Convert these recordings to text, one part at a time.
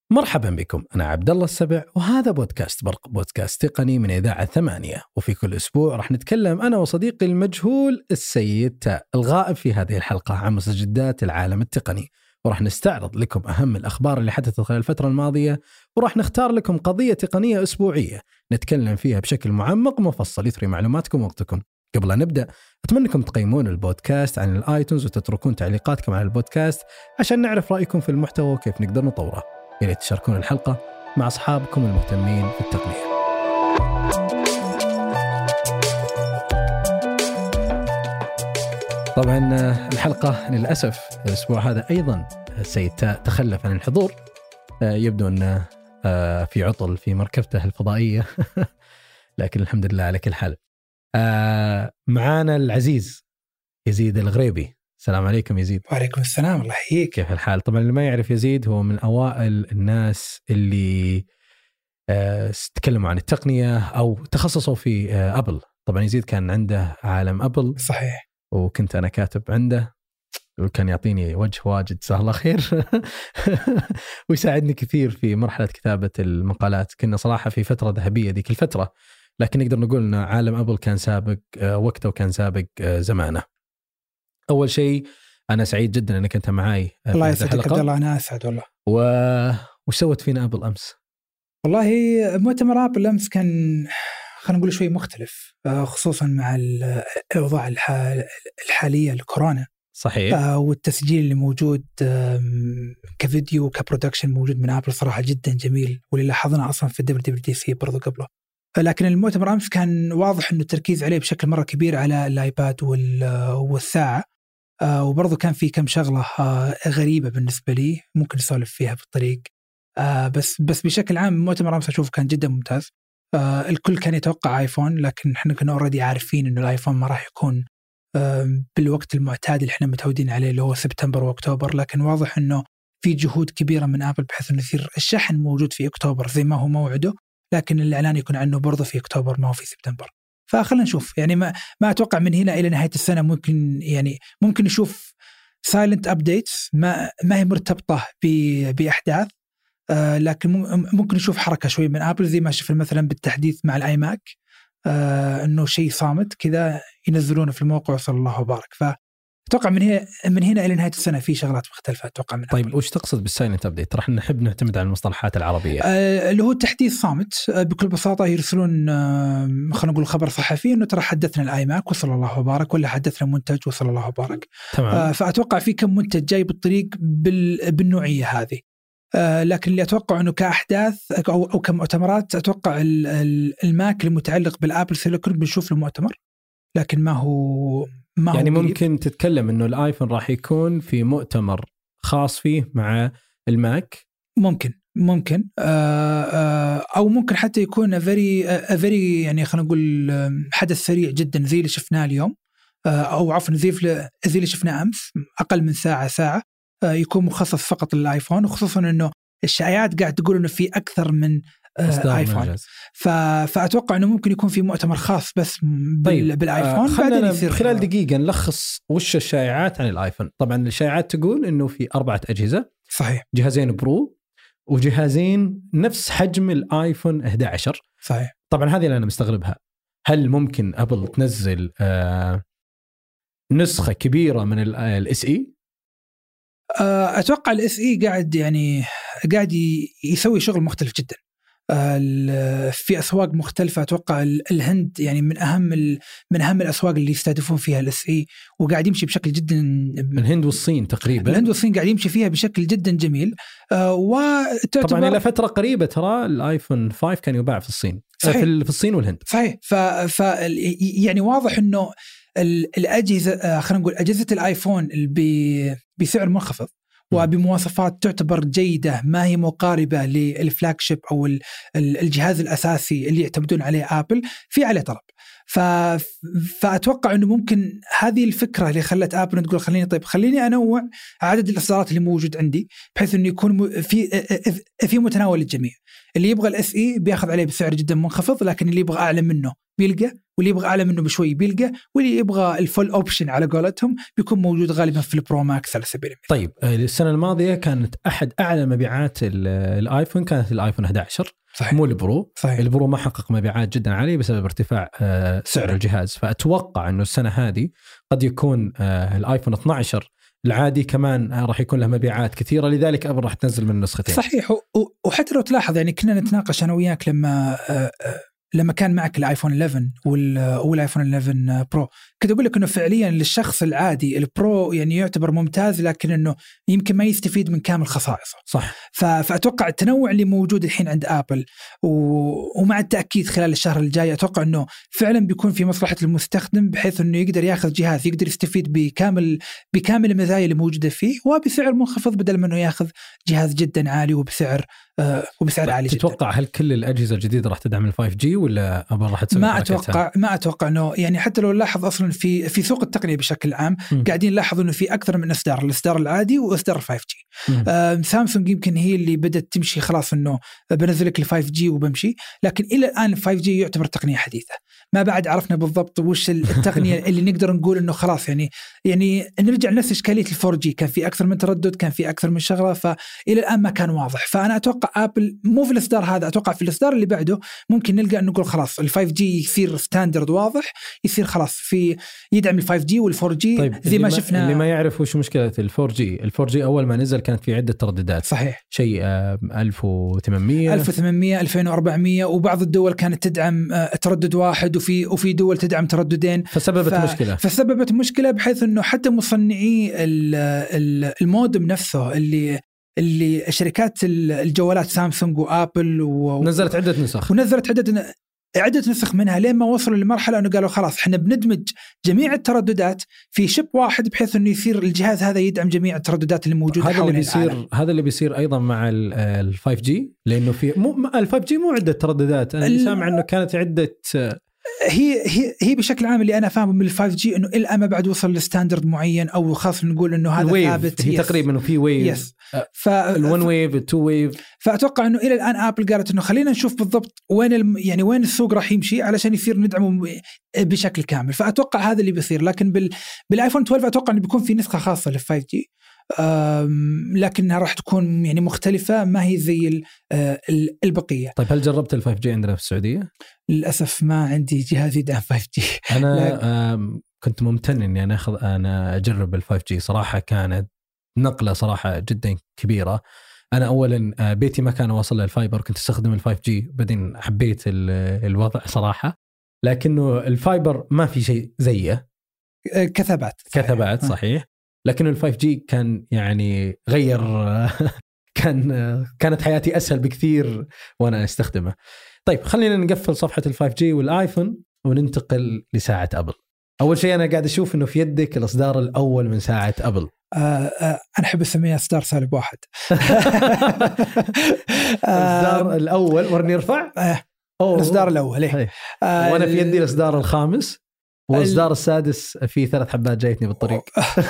مرحبا بكم، أنا عبد الله السبع وهذا بودكاست برق، بودكاست تقني من إذاعة 8. وفي كل أسبوع راح نتكلم أنا وصديقي المجهول السيد تاء الغائب في هذه الحلقة عن مستجدات العالم التقني، وراح نستعرض لكم أهم الأخبار اللي حدثت خلال الفترة الماضية، وراح نختار لكم قضية تقنية أسبوعية نتكلم فيها بشكل معمق ومفصل يثري معلوماتكم ووقتكم. قبل أن نبدأ أتمنى أنكم تقيمون البودكاست عن الآيتونز وتتركون تعليقاتكم على البودكاست عشان نعرف رأيكم في المحتوى وكيف نقدر نطوره. يا ريت تشاركون الحلقة مع أصحابكم المهتمين في التقنية. طبعا الحلقة للأسف الأسبوع هذا أيضا السيد تخلف عن الحضور، يبدو أنه في عطل في مركبته الفضائية لكن الحمد لله على كل حال. معانا العزيز يزيد الغريبي. السلام عليكم يزيد. وعليكم السلام، الله يحييك. كيف الحال؟ طبعا اللي ما يعرف يزيد هو من أوائل الناس اللي تكلموا عن التقنية أو تخصصوا في أبل. طبعا يزيد كان عنده عالم أبل، صحيح، وكنت أنا كاتب عنده وكان يعطيني وجه واجد جزاه الله خير ويساعدني كثير في مرحلة كتابة المقالات. كنا صراحة في فترة ذهبية ذيك الفترة، لكن نقدر نقول أن عالم أبل كان سابق وقته وكان سابق زمانه. أول شيء أنا سعيد جدا أنك أنت معاي. الله يسعدك عبد الله، أنا أسعد والله. وش سوت فينا أبل أمس؟ والله مؤتمر أبل أمس كان خلينا نقول شوي مختلف، خصوصا مع الأوضاع الحالية الكورونا. صحيح. والتسجيل اللي موجود كفيديو وكبرودكشن موجود من أبل صراحة جدا جميل، واللي لاحظنا أصلا في WWDC برضو قبله. لكن المؤتمر أمس كان واضح أنه التركيز عليه بشكل مرة كبير على الآيباد والساعة. وبرضو كان في كم شغلة غريبة بالنسبة لي ممكن نسولف فيها بالطريق. بس بشكل عام مؤتمر أمس أشوف كان جدا ممتاز. الكل كان يتوقع آيفون، لكن احنا كنا أوريدي عارفين إنه الآيفون ما راح يكون بالوقت المعتاد اللي احنا متعودين عليه اللي هو سبتمبر وأكتوبر. لكن واضح إنه في جهود كبيرة من آبل بحيث إنه يصير الشحن موجود في أكتوبر زي ما هو موعده، لكن الإعلان يكون عنه برضه في أكتوبر ما هو في سبتمبر. فخلنا نشوف، يعني ما أتوقع من هنا إلى نهاية السنة ممكن نشوف سايلنت أبديتس ما هي مرتبطة بأحداث، لكن ممكن نشوف حركة شوي من آبل زي ما شفنا مثلا بالتحديث مع الآي ماك، إنه شيء صامت كذا ينزلونه في الموقع وصلى الله وبارك. أتوقع من هنا إلى نهاية السنة في شغلات مختلفة أتوقع منها. طيب وش تقصد بالسايلنت أبديت؟ راح نحب نعتمد على المصطلحات العربية. اللي هو تحديث صامت، بكل بساطة يرسلون خلينا نقول خبر صحفي إنه ترى حدثنا الآي ماك وصلى الله وبارك، ولا حدثنا منتج وصلى الله وبارك. تمام. فأتوقع في كم منتج جاي بالطريق بالنوعية هذه. لكن اللي أتوقع أنه كأحداث أو كمؤتمرات، أتوقع الماك المتعلق بالآبل سيليكون بنشوف له مؤتمر، لكن ما هو يعني ممكن تتكلم أنه الآيفون راح يكون في مؤتمر خاص فيه مع الماك. ممكن أو ممكن حتى يكون very يعني خلينا نقول حدث سريع جدا زي اللي شفناه اليوم، أو عفوا زي اللي شفناه أمس أقل من ساعة يكون مخصص فقط للآيفون، وخصوصا أنه الشائعات قاعد تقول أنه في أكثر من آيفون. فأتوقع أنه ممكن يكون في مؤتمر خاص بس بالآيفون. خلينا خلال دقيقة نلخص وش الشائعات عن الآيفون. طبعا الشائعات تقول أنه في 4 أجهزة. صحيح. جهازين برو وجهازين نفس حجم الآيفون 11. صحيح. طبعا هذه اللي أنا مستغربها، هل ممكن أبل تنزل نسخة كبيرة من الSE؟ أتوقع الSE قاعد يسوي شغل مختلف جدا في أسواق مختلفة. أتوقع الهند يعني من أهم الأسواق اللي يستهدفون فيها الSE، وقاعد يمشي بشكل جدا. الهند والصين تقريبا. الهند والصين قاعد يمشي فيها بشكل جدا جميل. طبعا إلى فترة قريبة ترى الآيفون 5 كان يباع في الصين. في الصين والهند. صحيح. يعني واضح إنه الأجهزة خلينا نقول أجهزة الآيفون بسعر منخفض وبمواصفات تعتبر جيدة، ما هي مقاربة للفلاجشيب أو الجهاز الأساسي اللي يعتمدون عليه آبل، في عليه طلب. فأتوقع أنه ممكن هذه الفكرة اللي خلت آبل تقول خليني أنوع عدد الإصدارات اللي موجود عندي بحيث أنه يكون في متناول الجميع. اللي يبغى الSE بياخذ عليه بسعر جدا منخفض، لكن اللي يبغى أعلى منه بيلقى، واللي يبغى أعلى منه بشوي بيلقى، واللي يبغى الفول أوبشن على قولتهم بيكون موجود غالبا في البرو ماكس على سبيل المثال. طيب السنة الماضية كانت أحد أعلى مبيعات الآيفون كانت الآيفون 11. صحيح. مو البرو. صحيح. البرو ما حقق مبيعات جدا عالية بسبب ارتفاع سعر الجهاز. فأتوقع أنه السنة هذه قد يكون الآيفون 12 العادي كمان راح يكون له مبيعات كثيرة، لذلك أبل راح تنزل من نسختين. صحيح. وحتى لو تلاحظ يعني كنا نتناقش أنا وياك لما كان معك الايفون 11 والايفون 11 برو، كنت اقول لك انه فعليا للشخص العادي البرو يعني يعتبر ممتاز، لكن انه يمكن ما يستفيد من كامل خصائصه. صح. فاتوقع التنوع اللي موجود الحين عند ابل ومع التاكيد خلال الشهر الجاي اتوقع انه فعلا بيكون في مصلحه المستخدم، بحيث انه يقدر ياخذ جهاز يقدر يستفيد بكامل المزايا اللي موجوده فيه وبسعر منخفض، بدل ما انه ياخذ جهاز جدا عالي وبسعر عالي جدا. تتوقع هل كل الأجهزة الجديدة راح تدعم ال 5G ولا أبل راح تسوي؟ ما أتوقع إنه يعني حتى لو نلاحظ أصلا في سوق التقنية بشكل عام قاعدين نلاحظ إنه في أكثر من الإصدار العادي وإصدار 5G. سامسونج يمكن هي اللي بدأت تمشي خلاص إنه بنزل لك ال 5G وبمشي، لكن إلى الآن ال 5G يعتبر تقنية حديثة، ما بعد عرفنا بالضبط وش التقنية اللي نقدر نقول إنه خلاص يعني نرجع نفس إشكالية ال 4G، كان في أكثر من تردد، كان في أكثر من شغلة، فإلى الآن ما كان واضح. فأنا أتوقع أبل مو في الإصدار هذا، أتوقع في الإصدار اللي بعده ممكن نلقى أن نقول خلاص ال 5G يصير ستاندرد واضح، يصير خلاص في يدعم ال 5G وال 4G. طيب زي ما شفنا. اللي ما يعرف وش مشكلة ال 4G أول ما نزل كانت في عدة ترددات. صحيح. شيء 1800 2400 وبعض الدول كانت تدعم تردد واحد وفي دول تدعم ترددين، فسببت مشكلة بحيث أنه حتى مصنعي المودم نفسه اللي شركات الجوالات سامسونج وآبل نزلت عدة نسخ ونزلت عدة نسخ منها لين ما وصلوا لمرحلة أنه قالوا خلاص إحنا بندمج جميع الترددات في شيب واحد، بحيث أنه يصير الجهاز هذا يدعم جميع الترددات اللي موجودة حول العالم. هذا اللي بيصير أيضا مع ال 5G، لأنه في ال 5G مو عدة ترددات، أنا سامع أنه كانت عدة. هي بشكل عام اللي أنا فاهمه من ال 5G إنه إلا ما بعد وصل لستاندرد معين، أو خاص نقول إنه هذا ثابت. هي تقريبا إنه في ويف، الون ويف، التو ويف. فأتوقع إنه إلى الآن آبل قالت إنه خلينا نشوف بالضبط وين السوق راح يمشي علشان يصير ندعمه بشكل كامل. فأتوقع هذا اللي بيصير. لكن بالآيفون 12 أتوقع إنه بيكون في نسخة خاصة لل 5G، لكنها راح تكون يعني مختلفة، ما هي زي البقية. طيب هل جربت ال 5G عندنا في السعودية؟ للأسف ما عندي جهاز يدعم 5G. أنا كنت ممتن إني أنا أجرب ال 5G صراحة، كانت نقلة صراحة جدا كبيرة. أنا أولا بيتي ما كان واصل للفايبر، كنت استخدم ال 5G، بعدين حبيت الوضع صراحة، لكنه الفايبر ما في شيء زيه كثبات صحيح. لكن ال 5G كان يعني غير كانت حياتي أسهل بكثير وأنا أستخدمه. طيب خلينا نقفل صفحة ال 5G والآيفون وننتقل لساعة أبل. أول شيء أنا قاعد أشوف إنه في يدك الإصدار الأول من ساعة أبل. أنا أحب أسميها إصدار -1. الإصدار الأول ورني ارفع. الإصدار الأول. وأنا في يدي الإصدار الخامس، والإصدار السادس في 3 حبات جايتني بالطريق.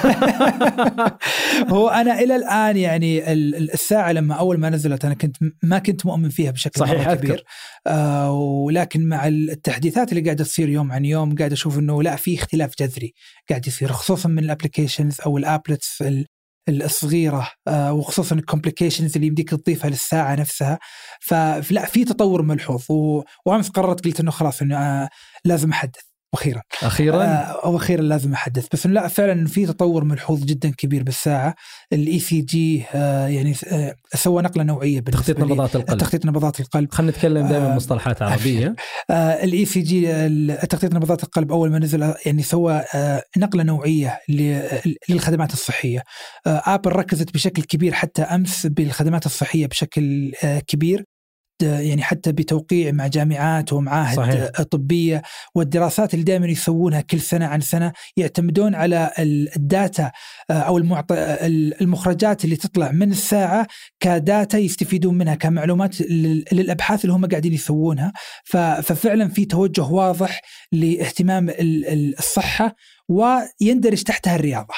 هو أنا إلى الآن يعني الساعة لما أول ما نزلت أنا ما كنت مؤمن فيها بشكل كبير، ولكن مع التحديثات اللي قاعدة تصير يوم عن يوم قاعد أشوف إنه لا، في اختلاف جذري قاعد يصير، خصوصا من الابليكيشنز أو الابلتس الصغيرة، وخصوصا الكومبليكيشنز اللي يمديك تضيفها للساعة نفسها. فلا، في تطور ملحوظ، وأمس قلت إنه خلاص إنه لازم أحدث أخيرا لازم أحدث. بس لا، فعلا في تطور ملحوظ جدا كبير بالساعة. ECG يعني سوى نقلة نوعية تخطيط نبضات القلب. خلينا نتكلم دائما مصطلحات عربية. ECG تخطيط نبضات القلب أول ما نزل يعني سوى نقلة نوعية للخدمات الصحية. آبل ركزت بشكل كبير حتى أمس بالخدمات الصحية بشكل كبير، يعني حتى بتوقيع مع جامعات ومعاهد صحيح. طبية، والدراسات اللي دائما يسوونها كل سنة عن سنة يعتمدون على الداتا أو المخرجات اللي تطلع من الساعة كداتا يستفيدون منها كمعلومات للأبحاث اللي هم قاعدين يسوونها. ففعلا في توجه واضح لاهتمام الصحة ويندرج تحتها الرياضة.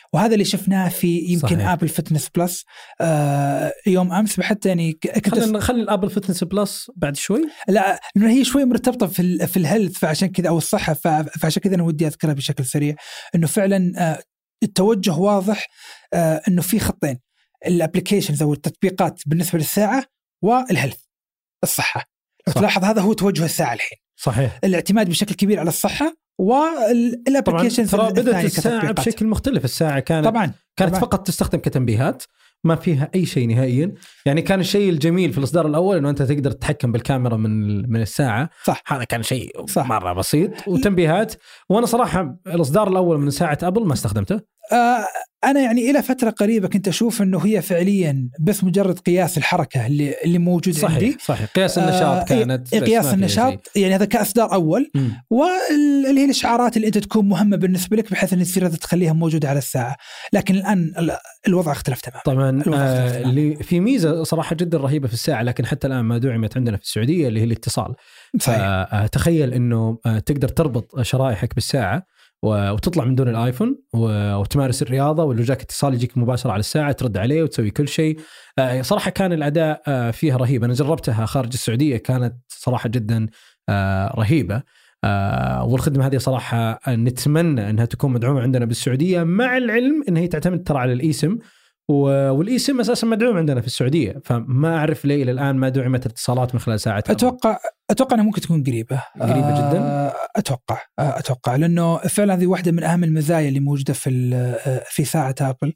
وهذا اللي شفناه في يمكن صحيح. ابل فتنس بلس يوم امس. حتى يعني خلي الابل فتنس بلس بعد شوي. لا، لأنه هي شوي مرتبطه في الهيلث، فعشان كذا او الصحه، فعشان كذا انا ودي اذكرها بشكل سريع. انه فعلا التوجه واضح، انه في خطين: الابليكيشنز او التطبيقات بالنسبه للساعه، والهيلث الصحه. لو تلاحظ هذا هو توجه الساعه الحين. صحيح. الاعتماد بشكل كبير على الصحه والابليكيشنز. طبعا بدأت الساعه بشكل مختلف. الساعه كانت فقط تستخدم كتنبيهات، ما فيها اي شيء نهائيا. يعني كان الشيء الجميل في الاصدار الاول انه انت تقدر تتحكم بالكاميرا من الساعه. صح. هذا كان شيء مره بسيط وتنبيهات. وانا صراحه الاصدار الاول من ساعه ابل ما استخدمته. أنا يعني إلى فترة قريبة كنت أشوف أنه هي فعليا بس مجرد قياس الحركة اللي موجود عندي. صحيح. قياس النشاط كانت قياس النشاط، يعني هذا كأصدار أول. واللي هي الإشعارات اللي أنت تكون مهمة بالنسبة لك بحيث أن تصير تخليها موجودة على الساعة. لكن الآن الوضع اختلف تماما. طبعا اللي في ميزة صراحة جدا رهيبة في الساعة، لكن حتى الآن ما دعمت عندنا في السعودية، اللي هي الاتصال. تخيل أنه تقدر تربط شرائحك بالساعة وتطلع من دون الايفون وتمارس الرياضه، ولو جاك اتصال يجيك مباشره على الساعه ترد عليه وتسوي كل شيء. صراحه كان الاداء فيها رهيب. انا جربتها خارج السعوديه، كانت صراحه جدا رهيبه. والخدمه هذه صراحه نتمنى انها تكون مدعومه عندنا بالسعوديه، مع العلم انها هي تعتمد ترى على الايسم، والايسم اساسا مدعوم عندنا في السعوديه. فما اعرف ليه الى الان ما دعمت الاتصالات من خلال ساعه. اتوقع انها ممكن تكون قريبه جدا. اتوقع لانه فعلا هذه واحده من اهم المزايا اللي موجوده في ساعه ابل،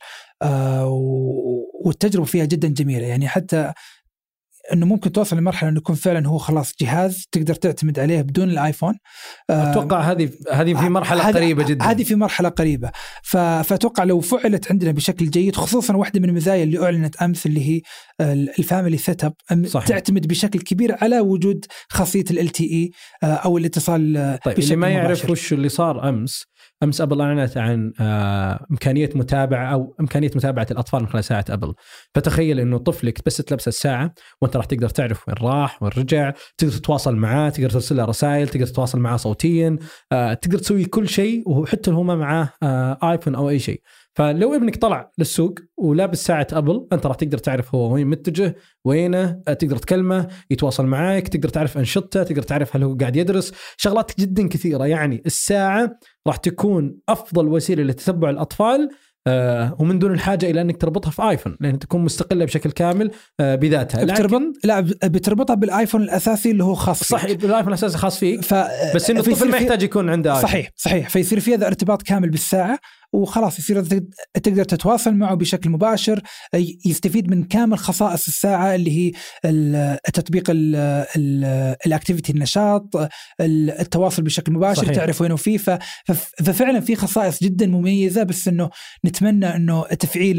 والتجربه فيها جدا جميله. يعني حتى انه ممكن توصل لمرحله انه يكون فعلا هو خلاص جهاز تقدر تعتمد عليه بدون الايفون. اتوقع هذه في مرحله قريبه جدا. هذه في مرحله قريبه. فاتوقع لو فعلت عندنا بشكل جيد، خصوصا واحده من المزايا اللي اعلنت امس اللي هي الفاميلي سيت اب، تعتمد بشكل كبير على وجود خاصيه LTE او الاتصال. طيب اللي ما يعرف وش اللي صار امس أبل أعلنت عن إمكانية متابعة الأطفال من خلال ساعة أبل. فتخيل إنه طفلك بس تلبس الساعة وأنت راح تقدر تعرف وين راح وين رجع، تقدر تتواصل معاه، تقدر ترسل له رسائل، تقدر تتواصل معاه صوتيا، تقدر تسوي كل شيء، وحتى هو ما معاه آيفون أو أي شيء. فلو ابنك طلع للسوق ولابس ساعة أبل، أنت راح تقدر تعرف هو وين متجه، وينه، تقدر تكلمه، يتواصل معاك، تقدر تعرف أنشطته، تقدر تعرف هل هو قاعد يدرس، شغلات جدا كثيرة. يعني الساعة راح تكون أفضل وسيلة لتتبع الأطفال، ومن دون الحاجة إلى أنك تربطها في آيفون، لأن تكون مستقلة بشكل كامل بذاتها. بتربطها بالآيفون الأساسي اللي هو خاص فيك. صحيح، بالآيفون الأساسي خاص فيك. بس إنه الطفل ما يحتاج يكون عنده آيفون. صحيح. فيصير في هذا ارتباط كامل بالساعة، وخلاص يصير تقدر تتواصل معه بشكل مباشر، يستفيد من كامل خصائص الساعة اللي هي التطبيق، الاكتيفيتي، النشاط، التواصل بشكل مباشر. صحيح. تعرف وينه فيه. ففعلا في خصائص جدا مميزة. بس انه نتمنى انه تفعيل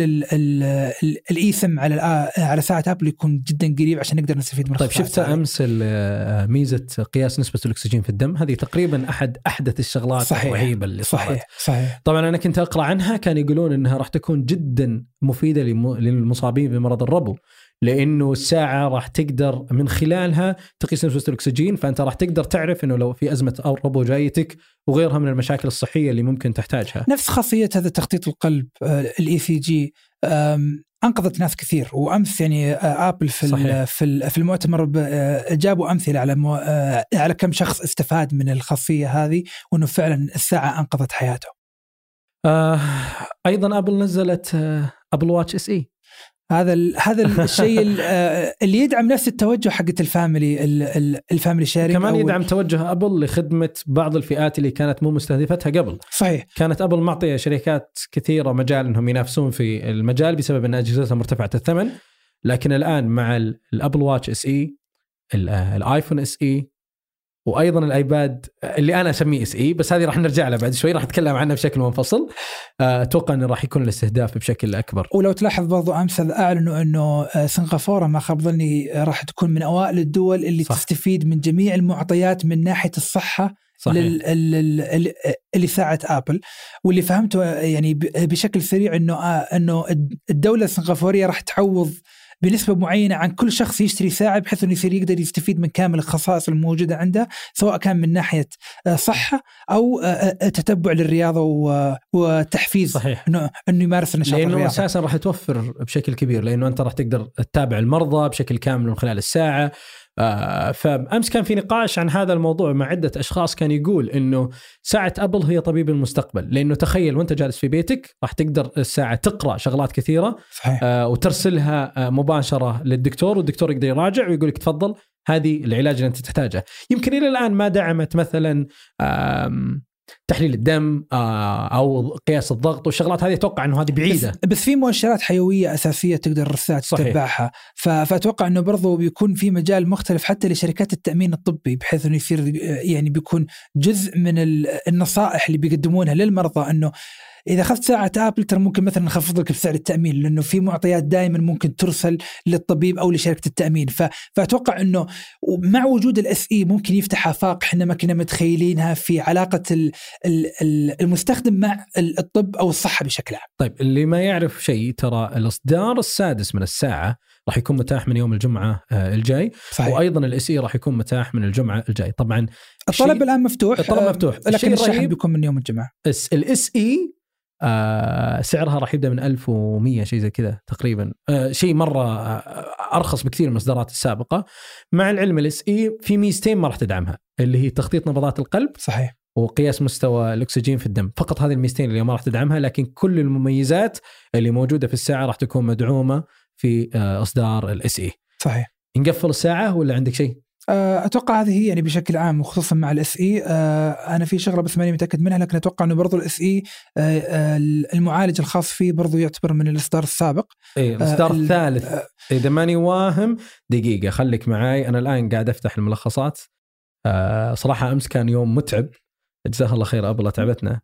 الايسم على ساعة ابل يكون جدا قريب عشان نقدر نستفيد من. طيب شفت امس ميزة قياس نسبة الاكسجين في الدم؟ هذه تقريبا احدث الشغلات الرهيبة اللي صارت. صحيح. طبعا انا كنت اقرا عنها، كان يقولون انها راح تكون جدا مفيده للمصابين بمرض الربو، لانه الساعه راح تقدر من خلالها تقيس نسبه الاكسجين. فانت راح تقدر تعرف انه لو في ازمه او ربو جايتك وغيرها من المشاكل الصحيه اللي ممكن تحتاجها. نفس خاصيه هذا تخطيط القلب الECG انقذت ناس كثير. وامس يعني ابل في المؤتمر جابوا امثله على كم شخص استفاد من الخاصيه هذه، وانه فعلا الساعه انقذت حياته. ايضا ابل نزلت ابل واتش SE. هذا الشيء اللي يدعم نفس التوجه حقت الفاميلي شيرينج، كمان يدعم توجه ابل لخدمه بعض الفئات اللي كانت مو مستهدفتها قبل. صحيح. كانت ابل معطيه شركات كثيره مجال انهم ينافسون في المجال بسبب ان اجهزتها مرتفعه الثمن، لكن الان مع الابل واتش SE، الايفون SE، وايضا الايباد اللي انا اسميه SE، بس هذه راح نرجع لها بعد شوي، راح نتكلم عنها بشكل منفصل. اتوقع انه راح يكون الاستهداف بشكل اكبر. ولو تلاحظ برضو امس اعلنوا انه سنغافوره ما خاب ظني راح تكون من اوائل الدول اللي صح. تستفيد من جميع المعطيات من ناحيه الصحه لساعة آبل. واللي فهمته يعني بشكل سريع انه الدولة السنغافورية راح تعوض بنسبة معينة عن كل شخص يشتري ساعة، بحيث أنه يصير يقدر يستفيد من كامل الخصائص الموجودة عنده، سواء كان من ناحية صحة أو تتبع للرياضة وتحفيز. صحيح. أنه يمارس النشاط الرياضي. لأنه أساسا راح توفر بشكل كبير، لأنه أنت راح تقدر تتابع المرضى بشكل كامل من خلال الساعة. فأمس كان في نقاش عن هذا الموضوع مع عدة أشخاص، كان يقول إنه ساعة أبل هي طبيب المستقبل، لأنه تخيل وأنت جالس في بيتك راح تقدر الساعة تقرأ شغلات كثيرة. صحيح. وترسلها مباشرة للدكتور، والدكتور يقدر يراجع ويقول لك تفضل هذه العلاج اللي أنت تحتاجه. يمكن إلى الآن ما دعمت مثلا تحليل الدم أو قياس الضغط والشغلات هذه، أتوقع أنه هذه بعيدة، بس في مؤشرات حيوية أساسية تقدر الساعة تتبعها. فأتوقع أنه برضو بيكون في مجال مختلف حتى لشركات التأمين الطبي، بحيث أنه يصير يعني بيكون جزء من النصائح اللي بيقدمونها للمرضى، أنه إذا أخذت ساعة أبل ترى ممكن مثلا نخفض لك بسعر التأمين، لأنه في معطيات دائما ممكن ترسل للطبيب أو لشركة التأمين. فأتوقع أنه مع وجود الSE ممكن يفتح آفاق إحنا ما كنا متخيلينها في علاقة المستخدم مع الطب أو الصحة بشكل عام. طيب اللي ما يعرف شيء، ترى الإصدار السادس من الساعة راح يكون متاح من يوم الجمعة الجاي. صحيح. وأيضا الSE راح يكون متاح من الجمعة الجاي. طبعا الطلب الآن مفتوح، لكن الشحن بيكون من يوم الجمعة. الSE سعرها راح يبدأ من 1100 شيء زي كذا تقريبا، شيء مرة أرخص بكثير من الإصدارات السابقة. مع العلم الSE في ميزتين ما راح تدعمها، اللي هي تخطيط نبضات القلب. صحيح. وقياس مستوى الأكسجين في الدم. فقط هذه الميزتين اللي ما راح تدعمها، لكن كل المميزات اللي موجودة في الساعة راح تكون مدعومة في إصدار الSE. صحيح. نقفل الساعة ولا عندك شيء؟ أتوقع هذه هي يعني بشكل عام، وخصوصا مع الSE. أنا في شغلة بس ماني متأكد منها، لكن أتوقع أنه برضو الSE المعالج الخاص فيه برضو يعتبر من الإصدار السابق. الإصدار الثالث إذا ماني واهم. دقيقة خليك معاي، أنا الآن قاعد أفتح الملخصات. صراحة أمس كان يوم متعب، جزاها الله خير أبل تعبتنا.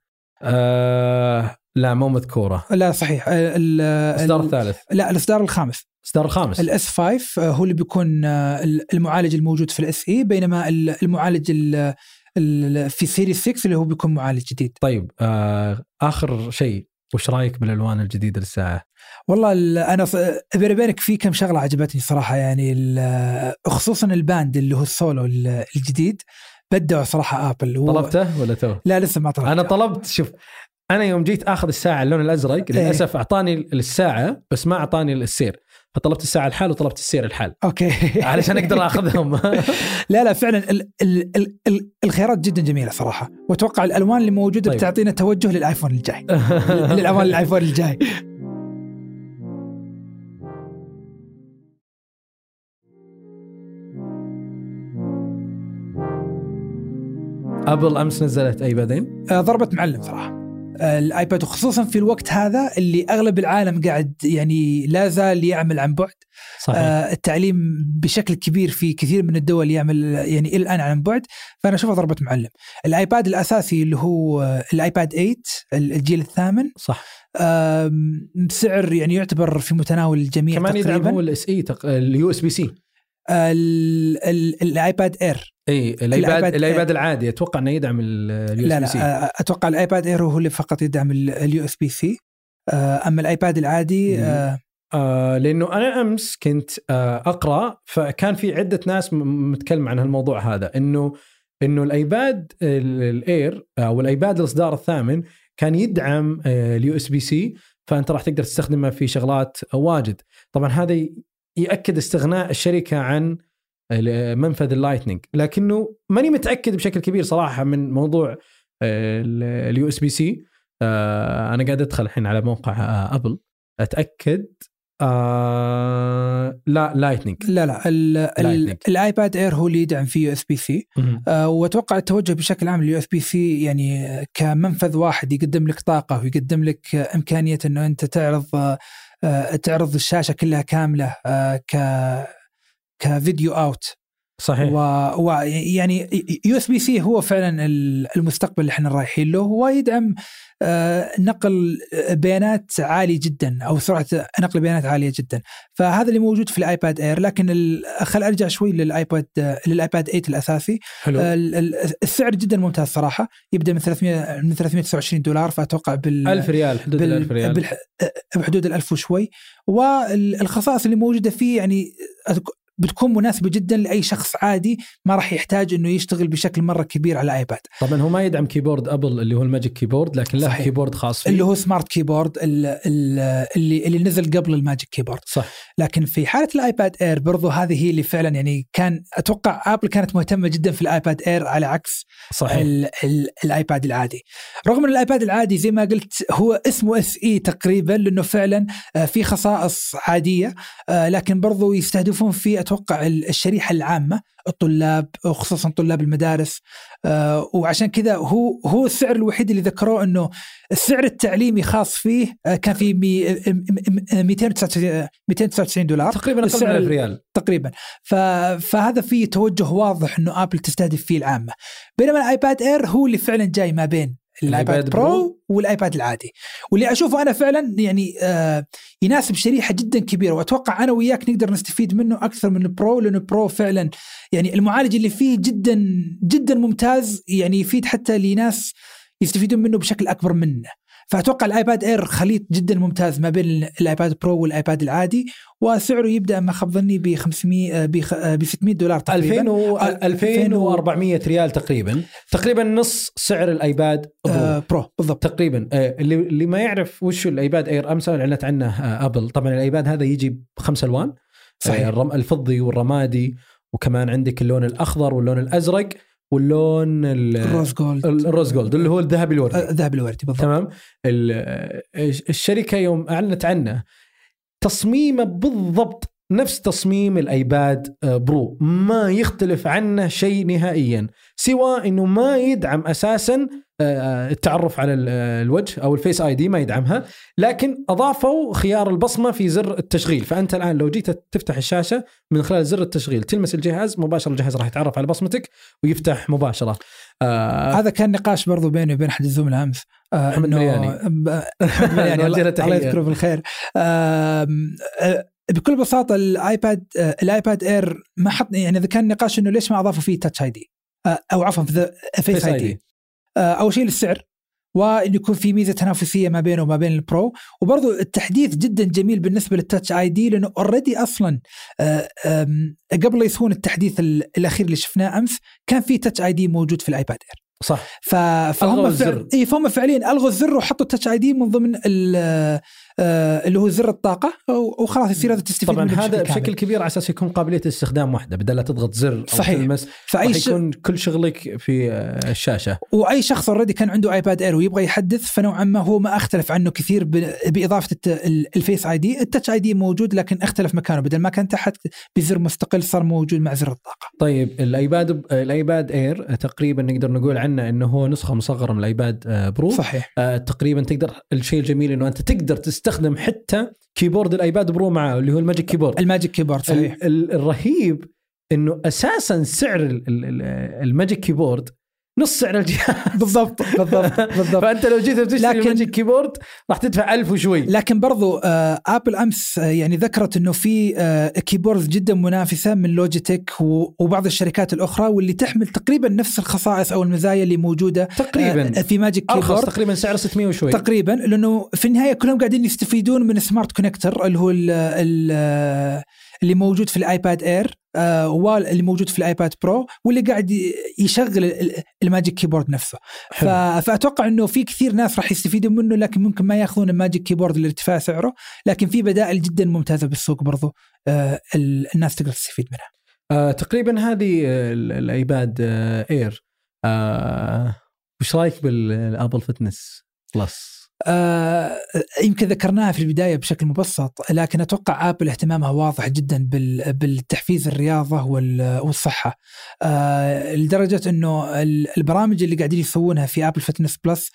لا مو مذكورة. لا صحيح. الإصدار الثالث، لا الإصدار الخامس. الإصدار الخامس الS5 هو اللي بيكون المعالج الموجود في الSE، بينما المعالج في سيريس 6 اللي هو بيكون معالج جديد. طيب آخر شيء، وش رأيك بالألوان الجديدة للساعة؟ والله أنا بيني وبينك في كم شغلة عجبتني صراحة، يعني خصوصا الباند اللي هو السولو الجديد، بدأوا صراحة أبل. طلبته ولا تو؟ لا لسه ما طلبته. أنا طلبت. شوف أنا يوم جيت أخذ الساعة اللون الأزرق للأسف أعطاني الساعة بس ما أعطاني السير، فطلبت الساعة الحال وطلبت السير الحال. أوكي. علشان أقدر أخذهم. لا فعلا الخيارات جدا جميلة صراحة، وأتوقع الألوان اللي موجودة طيب. بتعطينا توجه للآيفون الجاي. للألوان الآيفون الجاي. أبل أمس نزلت أيبادين، ضربت معلم صراحة الآيباد، وخصوصا في الوقت هذا اللي أغلب العالم قاعد يعني لا زال يعمل عن بعد. صحيح. التعليم بشكل كبير في كثير من الدول يعمل يعني إلى الآن عن بعد، فأنا أشوفها ضربة معلم. الآيباد الأساسي اللي هو الآيباد 8 الجيل الثامن، صح، بسعر يعني يعتبر في متناول الجميع. كمان يدعم هو اليو اس بي سي. الايباد اير، الايباد العادي اتوقع انه يدعم اليو اس بي سي. لا اتوقع الايباد اير هو اللي فقط يدعم اليو اس بي سي، اما الايباد العادي لانه انا امس كنت اقرا، فكان في عده ناس متكلم عن هالموضوع هذا، انه الايباد الاير او الايباد الاصدار الثامن كان يدعم اليو اس بي سي، فانت راح تقدر تستخدمه في شغلات واجد. طبعا هذا يأكد استغناء الشركة عن منفذ اللايتنينج، لكنه ماني متأكد بشكل كبير صراحة من موضوع اليو اس بي سي. أنا قاعد أدخل الحين على موقع أبل أتأكد. لا لايتنينج، لا الايباد اير هو اللي يدعم فيه يو اس بي سي، واتوقع التوجه بشكل عام لليو اس بي سي يعني كمنفذ واحد يقدم لك طاقة ويقدم لك إمكانية إنه أنت تعرض الشاشة كلها كاملة كفيديو اوت. صحيح. ويعني USB-C هو فعلا المستقبل اللي احنا رايحين له، ويدعم نقل بيانات عالي جدا أو سرعة نقل بيانات عالية جدا. فهذا اللي موجود في الآيباد إير. لكن خل أرجع شوي للآيباد 8 الأساسي. حلو. السعر جدا ممتاز صراحة، يبدأ من 329 دولار، فأتوقع $1000 حدود $1000 بحدود 1000 وشوي. والخصائص اللي موجودة فيه يعني بتكون مناسبة جدا لأي شخص عادي ما راح يحتاج إنه يشتغل بشكل مرة كبير على آيباد. طبعا هو ما يدعم كيبورد أبل اللي هو الماجيك كيبورد، لكن له صحيح. كيبورد خاص فيه اللي هو سمارت كيبورد اللي نزل قبل الماجيك كيبورد. صح. لكن في حالة الآيباد إير برضو هذه هي اللي فعلا يعني كان أتوقع أبل كانت مهتمة جدا في الآيباد إير على عكس الآيباد العادي. رغم أن الآيباد العادي زي ما قلت هو اسمه SE تقريبا، لأنه فعلا في خصائص عادية، لكن برضو يستهدفون في أتوقع الشريحة العامة، الطلاب وخصوصا طلاب المدارس. وعشان كذا هو السعر الوحيد اللي ذكروه أنه السعر التعليمي خاص فيه كان في 299 دولار تقريبا، أقل من $1000 تقريبا. فهذا فيه توجه واضح أنه آبل تستهدف فيه العامة، بينما الآيباد إير هو اللي فعلا جاي ما بين الآيباد برو والآيباد العادي، واللي أشوفه أنا فعلا يعني يناسب شريحة جدا كبيرة، وأتوقع أنا وياك نقدر نستفيد منه أكثر من البرو، لأنه البرو فعلا يعني المعالج اللي فيه جدا جدا ممتاز، يعني يفيد حتى لناس يستفيدون منه بشكل أكبر منه. فأتوقع الآيباد إير خليط جدا ممتاز ما بين الآيباد برو والآيباد العادي، وسعره يبدأ ما خاب ظني ب $600 تقريبا، $2400 تقريبا نص سعر الآيباد برو بالضبط تقريبا. اللي ما يعرف وش الآيباد إير أمس أعلنت عنه أبل. طبعا الآيباد هذا يجي ب5 ألوان، صحيح. الفضي والرمادي، وكمان عندك اللون الأخضر واللون الأزرق واللون الروز جولد اللي هو الذهبي الوردي بالضبط. تمام. الشركة يوم أعلنت عنه تصميمه بالضبط نفس تصميم الآيباد برو، ما يختلف عنه شيء نهائيا، سوى إنه ما يدعم أساسا التعرف على الوجه أو الفيس آي دي، ما يدعمها، لكن أضافوا خيار البصمة في زر التشغيل. فأنت الآن لو جيت تفتح الشاشة من خلال زر التشغيل تلمس الجهاز مباشرة، الجهاز راح يتعرف على بصمتك ويفتح مباشرة. هذا كان نقاش برضو بيني وبين أحد الزملاء أمس، محمد ملياني الله يذكره بالخير. بكل بساطة الآيباد إير ما حط، يعني إذا كان نقاش إنه ليش ما أضافوا فيه تاتش آي دي أو عفوا فيس آي دي. أول شيء للسعر، وإن يكون في ميزة تنافسية ما بينه وما بين البرو، وبرضو التحديث جدا جميل بالنسبة للتاتش آي دي، لأنه أوريدي أصلا قبل يسوون التحديث الأخير اللي شفناه أمس كان في تاتش آي دي موجود في الآيباد إير، صح. فهم فعليا ألغوا الزر وحطوا التاتش آي دي من ضمن اللي هو زر الطاقة، وخلاص يصير هذا تستفيد طبعا منه هذا بشكل كبير على أساس يكون قابلية استخدام واحدة بدل لا تضغط زر أو تلمس، يكون كل شغلك في الشاشة. وأي شخص أوريدي كان عنده آيباد إير ويبغى يحدث، فنوعا ما هو ما اختلف عنه كثير بإضافة الفيس آي دي. التاتش آي دي موجود لكن اختلف مكانه، بدل ما كان تحت بزر مستقل صار موجود مع زر الطاقة. طيب الآيباد إير تقريبا نقدر نقول عنه إنه هو نسخة مصغرة من الآيباد برو، صحيح. تقريبا تقدر، الشيء الجميل إنه أنت تقدر تستخدم حتى كيبورد الآيباد برو معه اللي هو الماجيك كيبورد. صحيح. الرهيب إنه أساسا سعر الماجيك كيبورد نص سعر الجهاز. بالضبط. فأنت لو جيت تشتري الماجيك كيبورد راح تدفع 1000 وشوي. لكن برضو آبل أمس يعني ذكرت إنه في كيبورد جدا منافسة من لوجيتك وبعض الشركات الأخرى، واللي تحمل تقريبا نفس الخصائص أو المزايا اللي موجودة تقريبا في ماجيك كيبورد، تقريبا سعر 600 وشوي تقريبا، لأنه في النهاية كلهم قاعدين يستفيدون من سمارت كونكتر اللي هو اللي موجود في الآيباد إير واللي موجود في الآيباد برو، واللي قاعد يشغل الماجيك كيبورد نفسه. فأتوقع أنه في كثير ناس راح يستفيدوا منه، لكن ممكن ما يأخذون الماجيك كيبورد لارتفاع سعره، لكن في بدائل جدا ممتازة بالسوق برضو الناس تقدر تستفيد منها. تقريبا هذه الآيباد إير. وش رأيك بالآبل فتنس بلس؟ يمكن ذكرناها في البداية بشكل مبسط، لكن أتوقع آبل اهتمامها واضح جدا بالتحفيز الرياضة والصحة، لدرجة أنه البرامج اللي قاعدين يسوونها في آبل فتنس بلس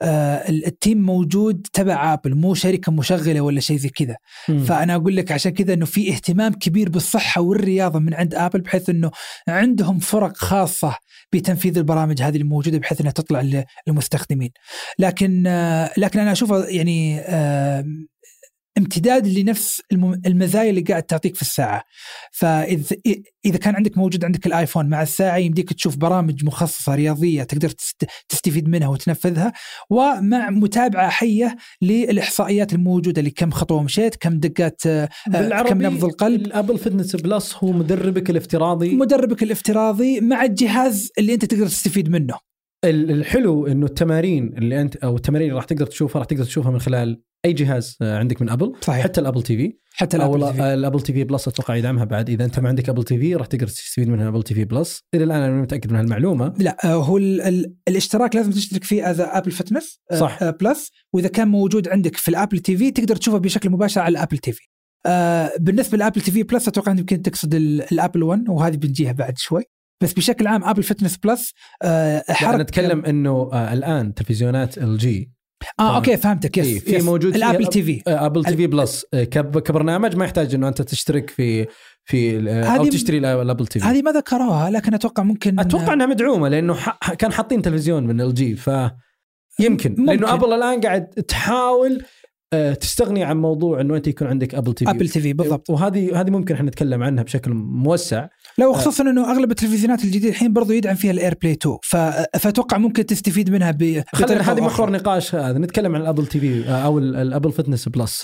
التيم موجود تبع ابل، مو شركه مشغله ولا شيء زي كذا. فانا اقول لك عشان كذا انه في اهتمام كبير بالصحه والرياضه من عند ابل، بحيث انه عندهم فرق خاصه بتنفيذ البرامج هذه الموجوده بحيث انها تطلع للمستخدمين. لكن انا اشوفها يعني امتداد لنفس المزايا اللي قاعد تعطيك في الساعة. فإذا كان موجود عندك الآيفون مع الساعة، يمديك تشوف برامج مخصصة رياضية تقدر تستفيد منها وتنفذها، ومع متابعة حية للإحصائيات الموجودة، لكم خطوة مشيت، كم دقات، كم نبض القلب. الأبل فتنس بلس هو مدربك الافتراضي مع الجهاز اللي أنت تقدر تستفيد منه. الحلو إنه التمارين اللي أنت أو التمارين اللي راح تقدر تشوفها من خلال أي جهاز عندك من أبل. صحيح. حتى الأبل تي في، الأبل تي في بلس أتوقع يدعمها بعد. إذا أنت ما عندك أبل تي في راح تقدر تستفيد منها أبل تي في بلس. إلى الآن أنا متأكد من هالمعلومة. لا، هو الاشتراك لازم تشترك فيه أبل فتنس بلس، وإذا كان موجود عندك في الأبل تي في تقدر تشوفه بشكل مباشر على الأبل تي في. بالنسبة للأبل تي في بلس أتوقع يمكن تقصد الأبل 1، وهذه بنجيها بعد شوي. بس بشكل عام أبل فتنس بلس نتكلم إنه الآن تلفزيونات LG اوكي فهمتك. يس في موجود الابل تي في، ابل تي في بلس كبرنامج، ما يحتاج انه انت تشترك في او تشتري الابل تي في. هذه ما ذكروها، لكن اتوقع انها مدعومه، لانه كان حاطين تلفزيون من LG، فيمكن لانه ابل الان قاعد تحاول تستغني عن موضوع انه انت يكون عندك ابل تي في بالضبط. وهذه ممكن احنا نتكلم عنها بشكل موسع، لو خصوصا انه اغلب التلفزيونات الجديده الحين برضو يدعم فيها الاير بلاي 2، فاتوقع ممكن تستفيد منها هذه محور نقاش. هذا نتكلم عن الابل تي في او الابل فتنس بلس.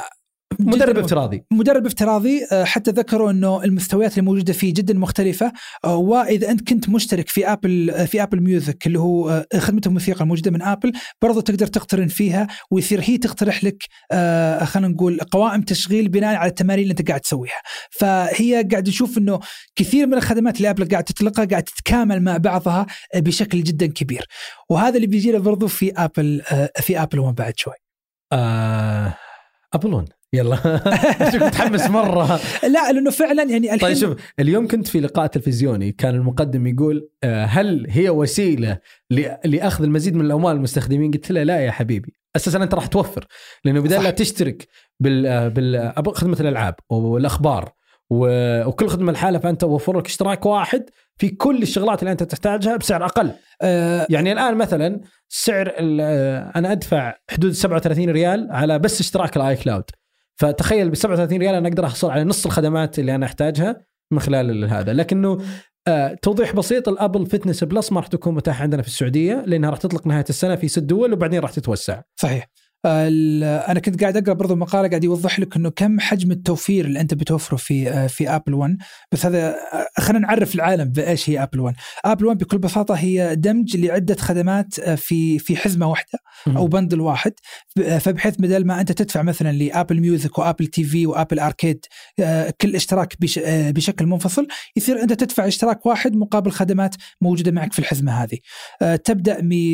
مدرب افتراضي. حتى ذكروا انه المستويات الموجوده فيه جدا مختلفه، واذا انت كنت مشترك في ابل ميوزك اللي هو خدمه الموسيقى الموجوده من ابل، برضو تقدر تقترن فيها، ويصير هي تقترح لك خلينا نقول قوائم تشغيل بناء على التمارين اللي انت قاعد تسويها. فهي قاعد نشوف انه كثير من الخدمات اللي ابل قاعد تطلقها قاعد تتكامل مع بعضها بشكل جدا كبير، وهذا اللي بيجي له برضو في ابل 1 بعد شوي. ابل 1 يلا شوف متحمس مرة. لا، لأنه فعلا يعني طيب شوف، اليوم كنت في لقاء تلفزيوني، كان المقدم يقول هل هي وسيلة لأخذ المزيد من الأموال المستخدمين؟ قلت له لا يا حبيبي، أساسا أنت راح توفر، لأنه بدل لا تشترك خدمة الألعاب والأخبار وكل خدمة الحالة، فأنت وفر لك اشتراك واحد في كل الشغلات اللي أنت تحتاجها بسعر أقل. يعني الآن مثلا سعر أنا أدفع حدود 37 ريال على بس اشتراك الآي كلاود، فتخيل ب37 ريال أنا أقدر أحصل على نص الخدمات اللي أنا أحتاجها من خلال هذا. لكنه توضيح بسيط، الأبل فتنس بلس ما راح تكون متاحة عندنا في السعودية، لأنها راح تطلق نهاية السنة في 6 دول، وبعدين راح تتوسع. صحيح. أنا كنت قاعد أقرأ برضو مقالة قاعد يوضح لك إنه كم حجم التوفير اللي أنت بتوفره في أبل 1. بس هذا خلينا نعرف العالم بإيش هي أبل 1. أبل 1 بكل بساطة هي دمج لعدة خدمات في حزمة واحدة أو بندل واحد، فبحيث بدل ما أنت تدفع مثلا لأبل ميوزك وأبل تي في وأبل أركيد كل اشتراك بشكل منفصل، يصير أنت تدفع اشتراك واحد مقابل خدمات موجودة معك في الحزمة هذه. تبدأ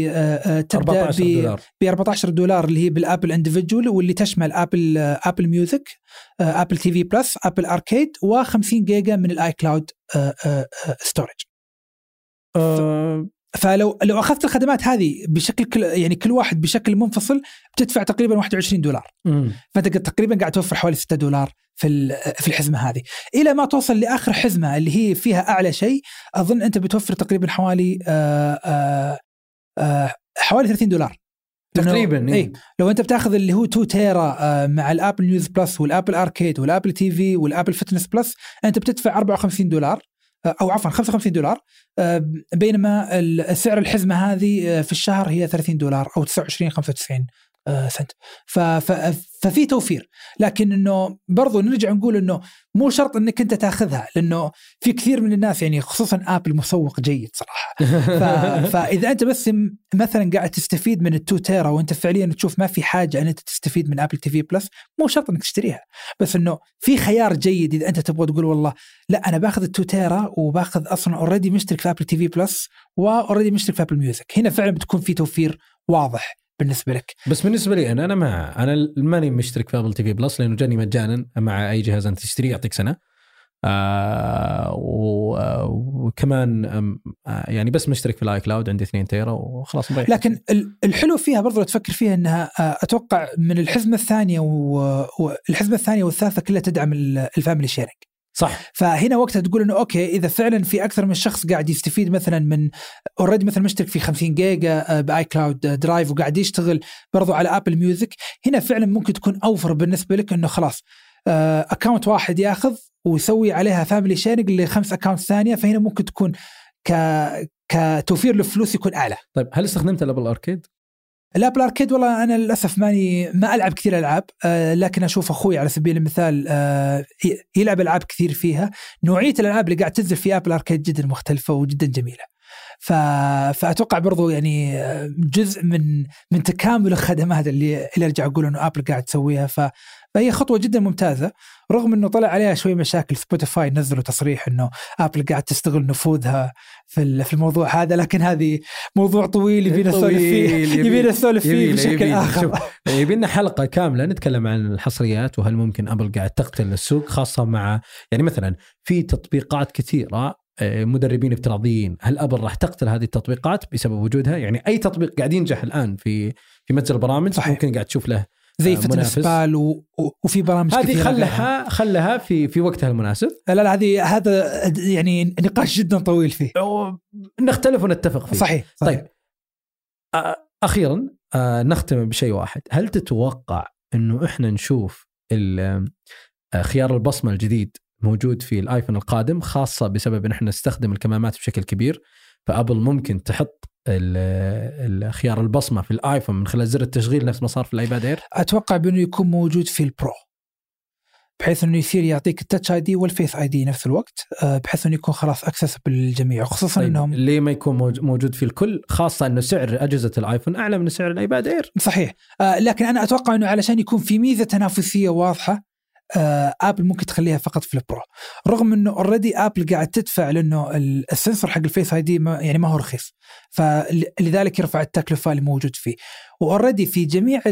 ب $14 اللي هي بالابل انديفيديول، واللي تشمل ابل ميوزك، ابل تي في بلس، ابل اركيد، و50 جيجا من الاي كلاود ستورج. فلو اخذت الخدمات هذه بشكل يعني كل واحد بشكل منفصل بتدفع تقريبا $21. فانت تقريبا قاعد توفر حوالي $6 في الحزمه هذه، الى ما توصل لاخر حزمه اللي هي فيها اعلى شيء. اظن انت بتوفر تقريبا حوالي $30 تقريبا. إيه. لو انت بتاخذ اللي هو 2 تيرا مع الابل نيوز بلس والابل اركيد والابل تي في والابل فتنس بلس، انت بتدفع $54 او عفوا $55، بينما السعر الحزمه هذه في الشهر هي $30 او 29.95 سنت. ففي توفير، لكن انه برضو نرجع نقول انه مو شرط انك انت تاخذها، لانه في كثير من الناس يعني خصوصا ابل مسوق جيد صراحه. فاذا انت بس مثلا قاعد تستفيد من ال2 تيرا وانت فعليا تشوف ما في حاجه ان انت تستفيد من ابل تي في بلس، مو شرط انك تشتريها، بس انه في خيار جيد اذا انت تبغى تقول والله لا انا باخذ ال2 تيرا وباخذ اصلا اوريدي مشترك في ابل تي في بلس واوريدي مشترك في ابل ميوزك، هنا فعلا بتكون في توفير واضح بالنسبة لك. بس بالنسبة لي أنا ماني مشترك في أبل تي في بلس، لأنه جاني مجانا مع أي جهاز أنت تشتري يعطيك سنة. وكمان يعني بس مشترك في الاي كلاود، عندي 2 تيرا وخلاص مريح. لكن الحلو فيها برضو تفكر فيها انها اتوقع من الحزمه الثانيه والحزمه الثانيه والثالثه كلها تدعم الفاميلي شيرنج. صح. فهنا وقتها تقول انه اوكي اذا فعلا في اكثر من شخص قاعد يستفيد مثلا من اوريدي مثلا مشترك في 50 جيجا باي كلاود درايف وقاعد يشتغل برضو على ابل ميوزك، هنا فعلا ممكن تكون اوفر بالنسبه لك انه خلاص اكاونت واحد ياخذ ويسوي عليها فاميلي شيرنج ل5 اكاونت ثانيه، فهنا ممكن تكون كتوفير للفلوس يكون اعلى. طيب هل استخدمت الابل اركيد؟ الابل اركيد والله انا للاسف ما العب كثير العاب، لكن اشوف اخوي على سبيل المثال يلعب العاب كثير فيها. نوعيه الالعاب اللي قاعد تنزل في ابل اركيد جدا مختلفه وجدا جميله، فاتوقع برضو يعني جزء من تكامل الخدمات اللي ارجع اقول انه ابل قاعد تسويها. فهي خطوه جدا ممتازه، رغم انه طلع عليها شوي مشاكل. سبوتيفاي نزلوا تصريح انه ابل قاعد تستغل نفوذها في الموضوع هذا، لكن هذه موضوع طويل يبينا نسولف فيه بشكل اخر. يبينا حلقه كامله نتكلم عن الحصريات، وهل ممكن ابل قاعد تقتل السوق، خاصه مع يعني مثلا في تطبيقات كثيره مدربين افتراضيين، هل ابل راح تقتل هذه التطبيقات بسبب وجودها؟ يعني اي تطبيق قاعد ينجح الان في متجر البرامج صحيح. ممكن قاعد تشوف له زي فتنس بال وفي برامج كثيرة. هذه خلها في وقتها المناسب. لا هذا يعني نقاش جدا طويل فيه، نختلف ونتفق فيه. صحيح. طيب أخيرا نختم بشيء واحد. هل تتوقع أنه إحنا نشوف خيار البصمة الجديد موجود في الآيفون القادم، خاصة بسبب أن إحنا نستخدم الكمامات بشكل كبير، فأبل ممكن تحط الخيار البصمة في الآيفون من خلال زر التشغيل نفس ما صار في الآيباد إير؟ أتوقع بأنه يكون موجود في البرو، بحيث أنه يصير يعطيك التاتش آي دي والفيس آي دي نفس الوقت، بحيث أنه يكون خلاص أكسسبل للجميع، خصوصا طيب أنهم ليه ما يكون موجود في الكل، خاصة أنه سعر أجهزة الآيفون أعلى من سعر الآيباد إير؟ صحيح. لكن أنا أتوقع أنه علشان يكون في ميزة تنافسية واضحة، ابل ممكن تخليها فقط في البرو، رغم انه اوريدي ابل قاعد تدفع لانه السنسور حق الفيس اي دي يعني ما هو رخيص، فلذلك يرفع التكلفه اللي موجود فيه. واوريدي في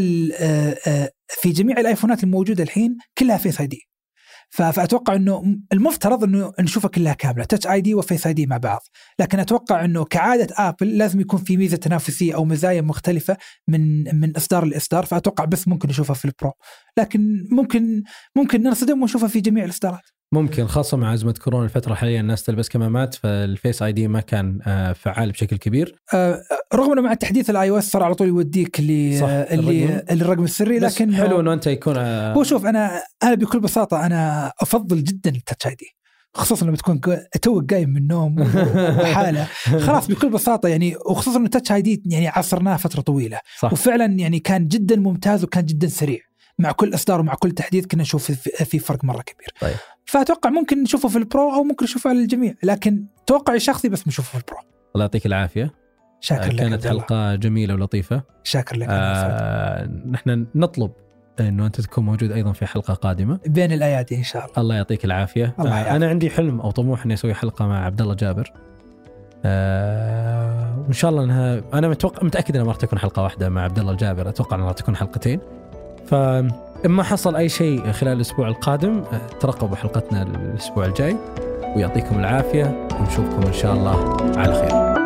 جميع الايفونات الموجوده الحين كلها فيس اي دي، فاتوقع انه المفترض انه نشوفها كلها كامله تاتش اي دي وفيس اي دي مع بعض. لكن اتوقع انه كعاده ابل لازم يكون في ميزه تنافسيه او مزايا مختلفه من اصدار لاصدار، فاتوقع بس ممكن نشوفها في البرو، لكن ممكن ننصدم ونشوفها في جميع الاصدارات. ممكن، خاصة مع أزمة كورونا الفترة الحالية الناس تلبس كمامات، فالفيس اي دي ما كان فعال بشكل كبير، رغم انه مع التحديث الاي او اس صار على طول يوديك الرقم السري، لكن حلو انه انت يكون هو شوف انا بكل بساطة انا افضل جدا التاتش اي دي، خصوصا لما تكون توك قايم من النوم وحالة خلاص بكل بساطة يعني، وخصوصا انه التاتش اي دي يعني عصرناه فترة طويلة صح. وفعلا يعني كان جدا ممتاز وكان جدا سريع، مع كل اصدار ومع كل تحديث كنا نشوف في فرق مرة كبير. طيب. فأتوقع ممكن نشوفه في البرو أو ممكن نشوفه على الجميع، لكن توقعي شخصي بس نشوفه في البرو. الله يعطيك العافية. شاكر لك. كانت حلقة جميلة ولطيفة. شاكر لك. نحن نطلب إنه أنت تكون موجود أيضا في حلقة قادمة بين الأيادي إن شاء الله. الله يعطيك العافية. أنا عندي حلم أو طموح إني أسوي حلقة مع عبد الله جابر، وإن شاء الله أنا متأكد أنها ما راح تكون حلقة واحدة مع عبد الله الجابر، أتوقع أنها راح تكون حلقتين. إما حصل أي شيء خلال الأسبوع القادم ترقبوا حلقتنا الأسبوع الجاي، ويعطيكم العافية ونشوفكم إن شاء الله على خير.